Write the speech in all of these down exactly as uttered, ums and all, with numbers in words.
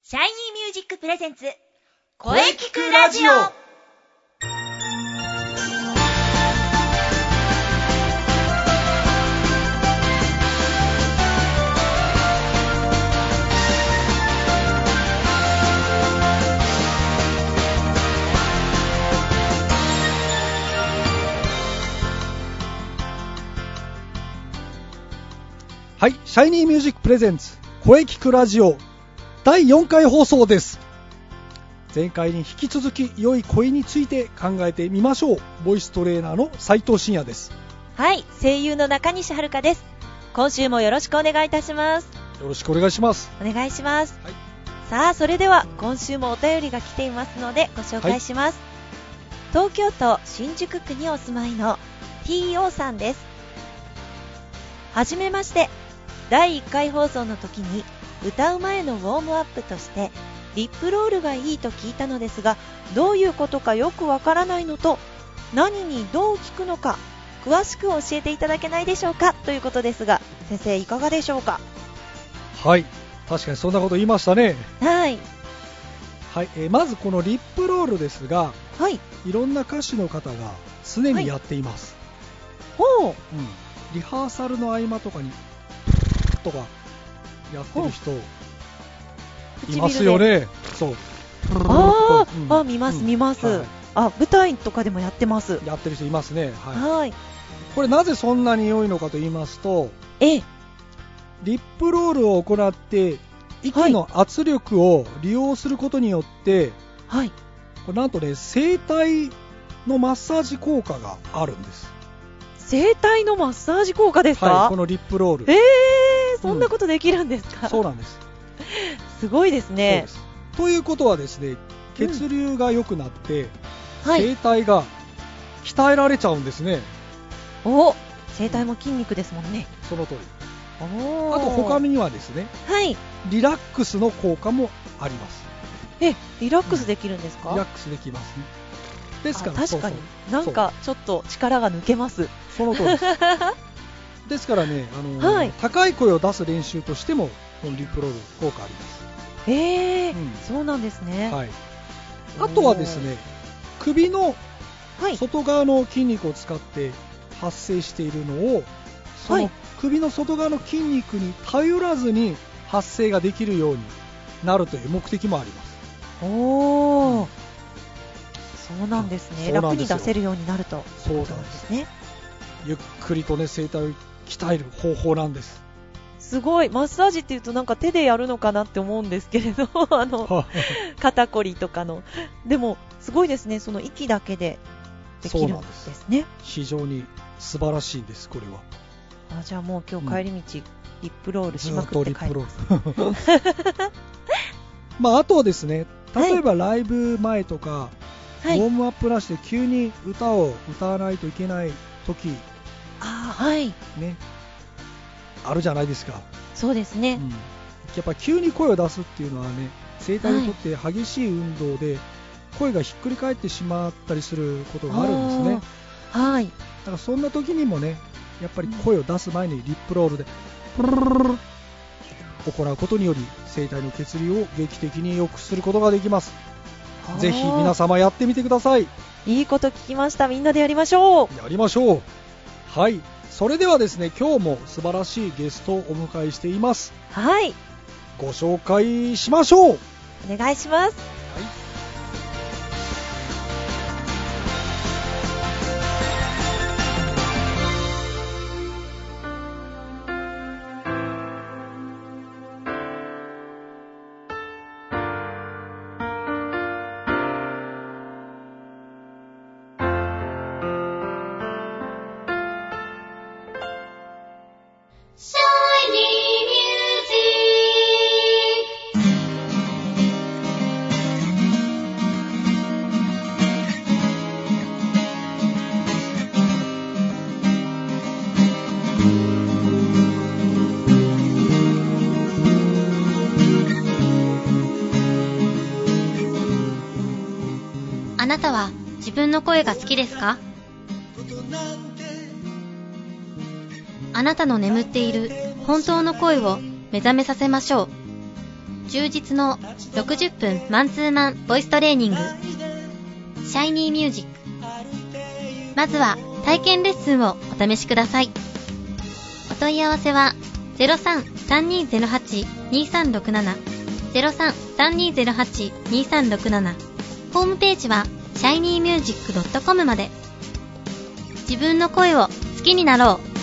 シャイニーミュージックプレゼンツ声聞くラジオ。 はい、シャイニーミュージックプレゼンツ声聞くラジオだいよんかい放送です。前回に引き続き良い声について考えてみましょう。ボイストレーナーの斉藤真也です。 はい、声優の中西遥です。今週もよろしくお願いいたします。 よろしくお願いします。 お願いします、 はい、 さあそれでは今週もお便りが来ていますのでご紹介します、はい、東京都新宿区にお住まいの ティーオー さんです。はじめまして。だいいっかい放送の時に歌う前のウォームアップとしてリップロールがいいと聞いたのですが、どういうことかよくわからないのと、何にどう聞くのか詳しく教えていただけないでしょうか、ということですが、先生いかがでしょうか。 はい、確かにそんなこと言いましたね。 はい、 はいえー、まずこのリップロールですが、 はい、 いろんな歌手の方が常にやっています、 はい、ほう、 うん、リハーサルの合間とかにとかやってる人いますよね。そう、 あ、 うん、 あ、見ます、 うん、 見ます、はい、あ、舞台とかでもやってます。 やってる人いますね。はい、 はい、 これなぜそんなに良いのかと言いますと、 えリップロールを行って息の圧力を利用することによって、はい、これなんとね、声帯のマッサージ効果があるんです。 声帯のマッサージ効果ですか。 はい、このリップロール。 えー、そんなことできるんですか。 うん、そうなんです。 すごいですね。 そうです。ということはですね、血流が良くなって、うん、 はい、 声帯が鍛えられちゃうんですね。 お、声帯も筋肉ですもんね。 その通り。 お、 あと他にはですね、 はい、 リラックスの効果もあります。 え、リラックスできるんですか。 うん、リラックスできますね。ですから、 確かにそうそう、 なんかちょっと力が抜けます。 その通りです。ですからね、あのーはい、高い声を出す練習としてもこのリップロール効果あります。 えー、うん、そうなんですね。 はい、あとはですね、首の外側の筋肉を使って発声しているのを、はい、その首の外側の筋肉に頼らずに発声ができるようになるという目的もあります。 おー、うん、そうなんですね。楽に出せるようになると。 そうなんですね。ゆっくりとね、声帯を鍛える方法なんです。 すごい。マッサージっていうとなんか手でやるのかなって思うんですけれどあの肩こりとかの、でもすごいですね。その息だけでできるんですね。 非常に素晴らしいんです、これは。 あ、じゃあもう今日帰り道、うん、リップロールしまくって帰ります。 まあ、あとはですね、例えばライブ前とか、はい、ウォームアップなしで急に歌を歌わないといけない時、 あ、はい、 ね、あるじゃないですか。 そうですね、うん、 やっぱ急に声を出すっていうのはね、声帯にとって激しい運動で、はい、声がひっくり返ってしまったりすることがあるんですね。 はい、だからそんな時にもね、やっぱり声を出す前にリップロールでプルルルル行うことにより声帯の血流を劇的に良くすることができます。ぜひ皆様やってみてください。 いいこと聞きました。みんなでやりましょう。 やりましょう。はい、それではですね、今日も素晴らしいゲストをお迎えしています。 はい、 ご紹介しましょう。 お願いします。 はい、 あなたは自分の声が好きですか？あなたの眠っている本当の声を目覚めさせましょう。 充実のろくじゅっぷんマンツーマンボイストレーニング、シャイニーミュージック。まずは体験レッスンをお試しください。お問い合わせは ゼロさん さんにーゼロはち にーさんろくなな ゼロさん さんにーゼロはち にーさんろくなな。ホームページは シャイニーミュージックドットコム まで。自分の声を好きになろう。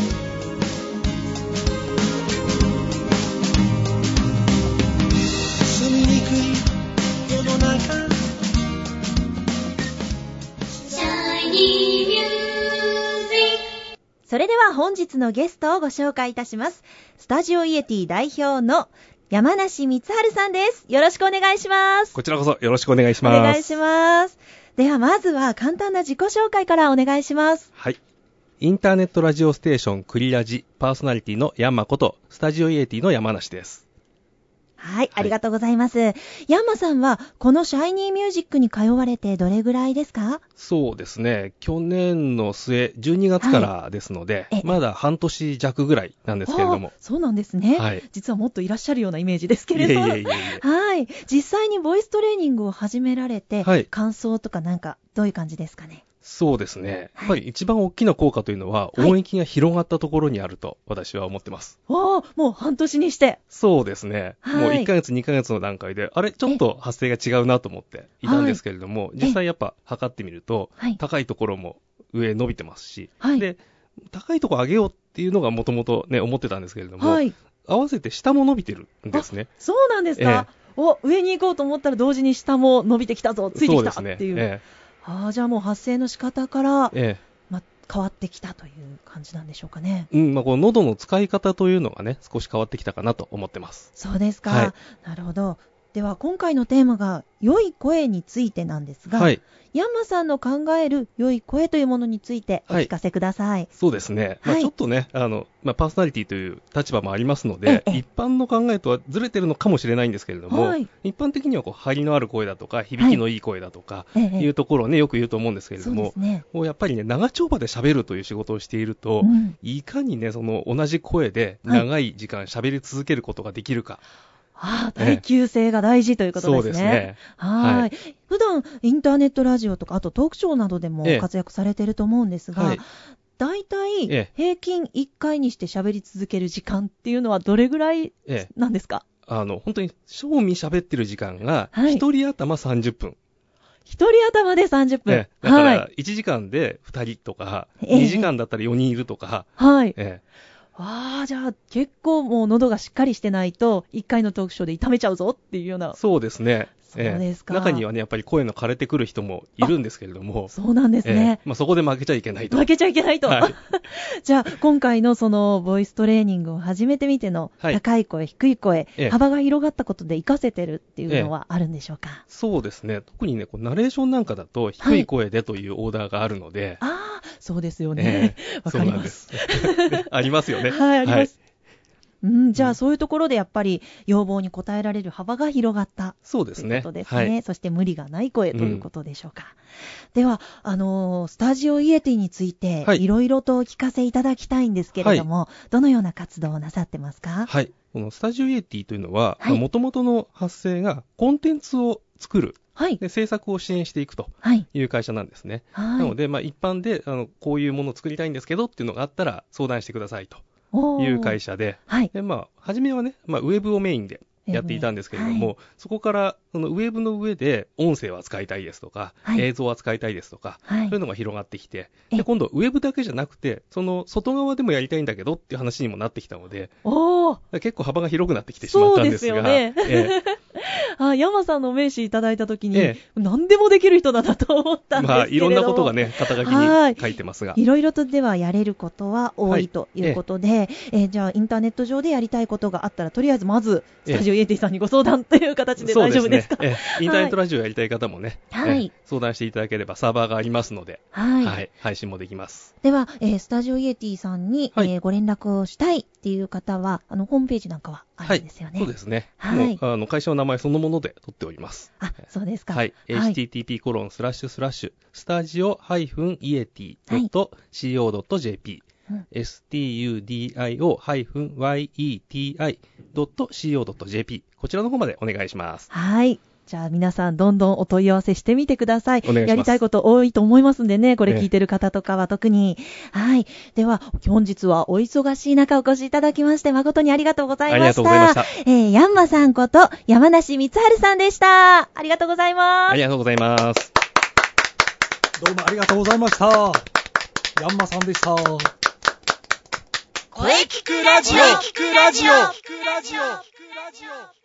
それでは本日のゲストをご紹介いたします。スタジオイエティ代表の山梨光晴さんです。よろしくお願いします。 こちらこそよろしくお願いします。 お願いします。ではまずは簡単な自己紹介からお願いします。 はい。インターネットラジオステーションクリラジパーソナリティのヤンマことスタジオイエティの山梨です。 はい、ありがとうございます。ヤンマさんはこのシャイニーミュージックに通われてどれぐらいですか？ そうですね、去年の末じゅうにがつからですので、はい、まだ半年弱ぐらいなんですけれども。 そうなんですね、はい、実はもっといらっしゃるようなイメージですけれど。いえいえいえいえはい、実際にボイストレーニングを始められて、はい、感想とかなんかどういう感じですかね？ そうですね、やっぱり一番大きな効果というのは、はい、音域が広がったところにあると私は思ってます。 おー、もう半年にして。 そうですね、はい、もういっかげつにかげつの段階であれちょっと発声が違うなと思っていたんですけれども、はい、実際やっぱ測ってみると、はい、高いところも上伸びてますし、はい、で高いところ上げようっていうのがもともとね思ってたんですけれども、はい、合わせて下も伸びてるんですね。 そうなんですか、えー、お上に行こうと思ったら同時に下も伸びてきたぞ、ついてきたっていう。そうですね、えーあじゃあもう発声の仕方から、ええま、変わってきたという感じなんでしょうかね。 うんまあ、この喉の使い方というのがね少し変わってきたかなと思ってます。 そうですか、はい、なるほど。では今回のテーマが良い声についてなんですが、はい、ヤンマさんの考える良い声というものについてお聞かせください。はい、 そうですね、まあ、ちょっとねあの、まあ、パーソナリティという立場もありますので、一般の考えとはずれてるのかもしれないんですけれども、はい、一般的にはこう張りのある声だとか響きのいい声だとか、はい、いうところをねよく言うと思うんですけれども、ね、こうやっぱりね長丁場で喋るという仕事をしていると、うん、いかにねその同じ声で長い時間喋り続けることができるか、はいああ、耐久性が大事ということですね。そうですね。はい、はい。普段インターネットラジオとかあとトークショーなどでも活躍されていると思うんですが、ええはい、だいたい平均いっかいにして喋り続ける時間っていうのはどれぐらいなんですか？ ええ、あの本当に正味喋ってる時間がひとり頭さんじゅっぷん。 ひとり頭でさんじゅっぷん。ええ、だからいちじかんでふたりとか、はい、にじかんだったらよにんいるとか。 はい。ええああ、じゃあ結構もう喉がしっかりしてないといっかいのトークショーで痛めちゃうぞっていうような。 そうですね。 そうですか、 えー、中にはねやっぱり声の枯れてくる人もいるんですけれども。 そうなんですね、 えーまあ、そこで負けちゃいけないと。 負けちゃいけないと、はい、じゃあ今回のそのボイストレーニングを始めてみての高い声、はい、低い声、えー、幅が広がったことで活かせてるっていうのはあるんでしょうか？ えー、そうですね、特にねこうナレーションなんかだと低い声でというオーダーがあるので、 はい、ああそうですよね、わ、えー、かります。 そうなんですありますよね。 はい、あります。はいうん、じゃあそういうところでやっぱり要望に応えられる幅が広がったそうですね、 ということですね、はい、そして無理がない声ということでしょうか、うん、ではあのー、スタジオイエティについていろいろとお聞かせいただきたいんですけれども、はい、どのような活動をなさってますか？ はい、このスタジオイエティというのはもともとの発声がコンテンツを作る、はい、で制作を支援していくという会社なんですね、はい、なので、まあ、一般であのこういうものを作りたいんですけどっていうのがあったら相談してくださいという会社で、はい、でまあ、初めはね、まあ、ウェブをメインでやっていたんですけれども、はい、そこからそのウェブの上で音声を扱いたいですとか、はい、映像を扱いたいですとか、はい、そういうのが広がってきて、で今度ウェブだけじゃなくてその外側でもやりたいんだけどっていう話にもなってきたので、お結構幅が広くなってきてしまったんですが、そうですよね、ええあ山さんの名刺いただいたときに、ええ、何でもできる人だなと思ったんですけれども、まあ、 いろんなことがね肩書きに書いてますが、 いろいろとではやれることは多いということで、はいえええー、じゃあインターネット上でやりたいことがあったらとりあえずまずスタジオイエティさんにご相談という形で大丈夫ですか？ そうですね、ええ、インターネットラジオやりたい方もね、はい、相談していただければサーバーがありますので、はいはい、配信もできます。 では、えー、スタジオイエティさんに、はいえー、ご連絡をしたいっていう方はあのホームページなんかはあるんですよね。 はい、そうですね、はい、もうあの会社の名前そのもので取っております。 あ、そうですか。 はい、はい、エイチティーティーピーコロンスラッシュスラッシュスタジオハイフンイエティドットシーオードットジェーピーうん、エスティーユーディーアイオー ワイイーティーアイ ドット シーオー ドット ジェーピー こちらの方までお願いします。 はい。じゃあ皆さんどんどんお問い合わせしてみてください。 お願いします。 やりたいこと多いと思いますんでね、これ聞いてる方とかは特に。えー、はい。では、本日はお忙しい中お越しいただきまして誠にありがとうございました。ありがとうございました。えー、ヤンマさんこと山梨光晴さんでした。ありがとうございます。 ありがとうございます。 どうもありがとうございました。ヤンマさんでした。 声聞くラジオ聞くラジオ聞くラジオ聞くラジオ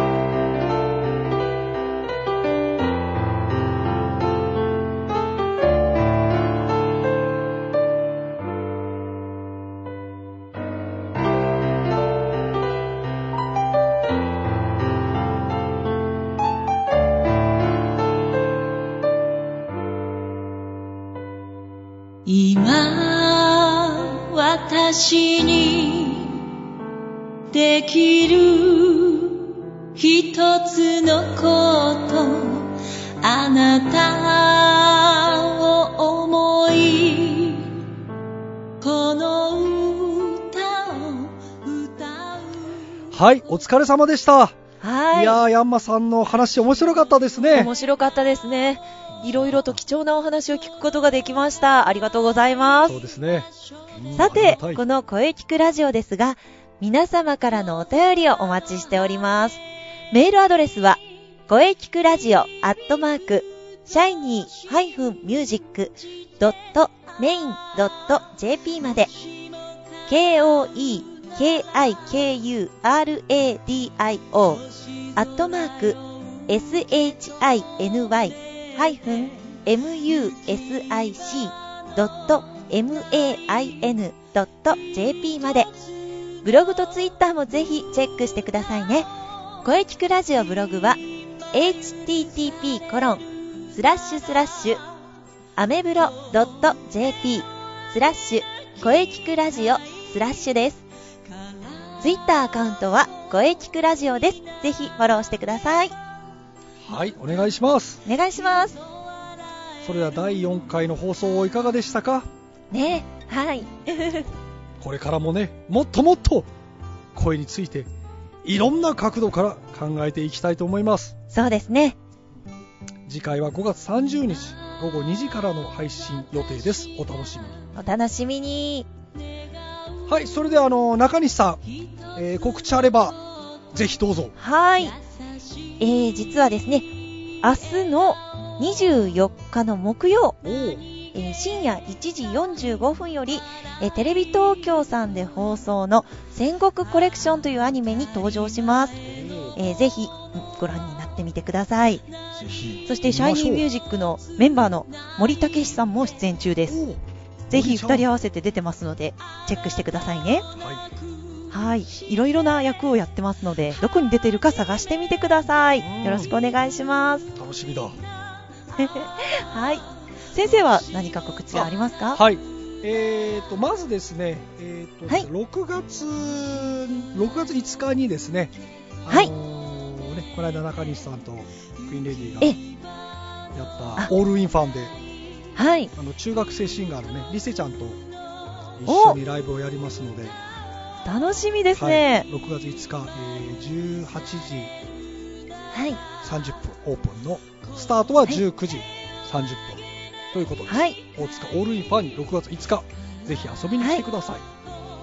今私にできる一つのことあなたを思いこの歌を歌う。 はい、お疲れ様でした。 はい、 いやーヤンマさんの話面白かったですね。 面白かったですね。いろいろと貴重なお話を聞くことができました。ありがとうございます。 そうですね。 さて、この声聞くラジオですが、皆様からのお便りをお待ちしております。メールアドレスは、声聞くラジオアットマーク、シャイニー ハイフン ミュージック ドット メイン ドット ジェーピー まで、ケーオーイーケーアイケーユーアールエーディーアイオー アットマーク、エスエイチアイエヌワイ ハイフン ミュージック ドット メイン ドット ジェーピー まで。ブログとツイッターもぜひチェックしてくださいね。声聞くラジオブログは エイチティーティーピーコロンスラッシュスラッシュアメブロ ドット ジェーピー スラッシュ声聞くラジオスラッシュです。ツイッターアカウントは声聞くラジオです。ぜひフォローしてください。 はい、お願いします。 お願いします。 それではだいよんかいの放送いかがでしたかねえ、はいこれからもね、もっともっと声についていろんな角度から考えていきたいと思います。 そうですね。 次回はごがつさんじゅうにちごごにじからの配信予定です。お楽しみに。 お楽しみに。 はい、それではあの中西さん、えー、告知あればぜひどうぞ。 はい、えー、実はですね、明日のにじゅうよっかの木曜、えー、深夜いちじよんじゅうごふんより、えー、テレビ東京さんで放送の戦国コレクションというアニメに登場します。えー、ぜひご覧になってみてください。 ぜひ。 そしてシャイニーミュージックのメンバーの森武さんも出演中です。ぜひふたり合わせて出てますのでチェックしてくださいね。はい、はい、いろいろな役をやってますのでどこに出てるか探してみてください。よろしくお願いします。 楽しみだはい、先生は何か告知はありますか？ はい、えーとまずですね、えーとはい、ろくがつろくがついつかにですね、あのー、ね、この間中西さんとクイーンレディーがやったオールインファンで、はい、あの中学生シンガーのねリセちゃんと一緒にライブをやりますので楽しみですね。 はい、ろくがついつか、えー、じゅうはちじさんじゅっぷんオープンのスタートはじゅうくじさんじゅっぷん、はい、ということです。はい、大塚オールインファンにろくがついつかぜひ遊びに来てください。はい、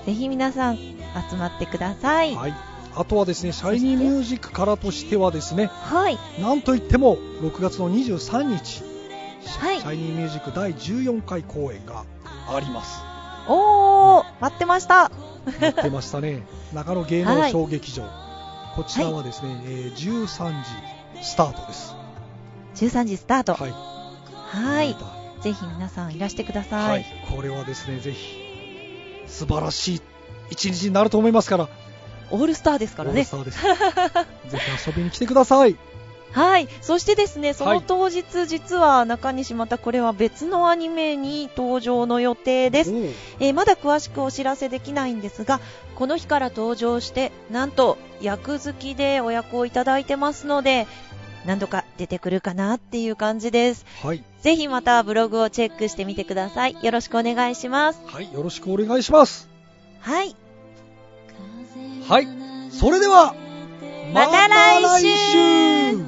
ぜひ皆さん集まってください。 はい、あとはですねシャイニーミュージックからとしてはですね、はい、なんといってもろくがつのにじゅうさんにち、はい、シャイニーミュージックだいじゅうよんかい公演があります。 おー、待ってました。 待ってましたね。中野芸能小劇場、はい、こちらはですね、はい、えー、じゅうさんじスタートです。 じゅうさんじスタート。 はい。 はい。ぜひ皆さんいらしてください。はい。 これはですね、ぜひ素晴らしい一日になると思いますから。 オールスターですからね。 オールスターです。ぜひ遊びに来てください。 はい。そしてですね、その当日、はい、実は中西またこれは別のアニメに登場の予定です。えー、まだ詳しくお知らせできないんですが、この日から登場して、なんと役付きでお役をいただいてますので、 何度か出てくるかなっていう感じです。 はい。 ぜひまたブログをチェックしてみてください。よろしくお願いします。 はい、よろしくお願いします。 はい。 はい。それでは、 また来週。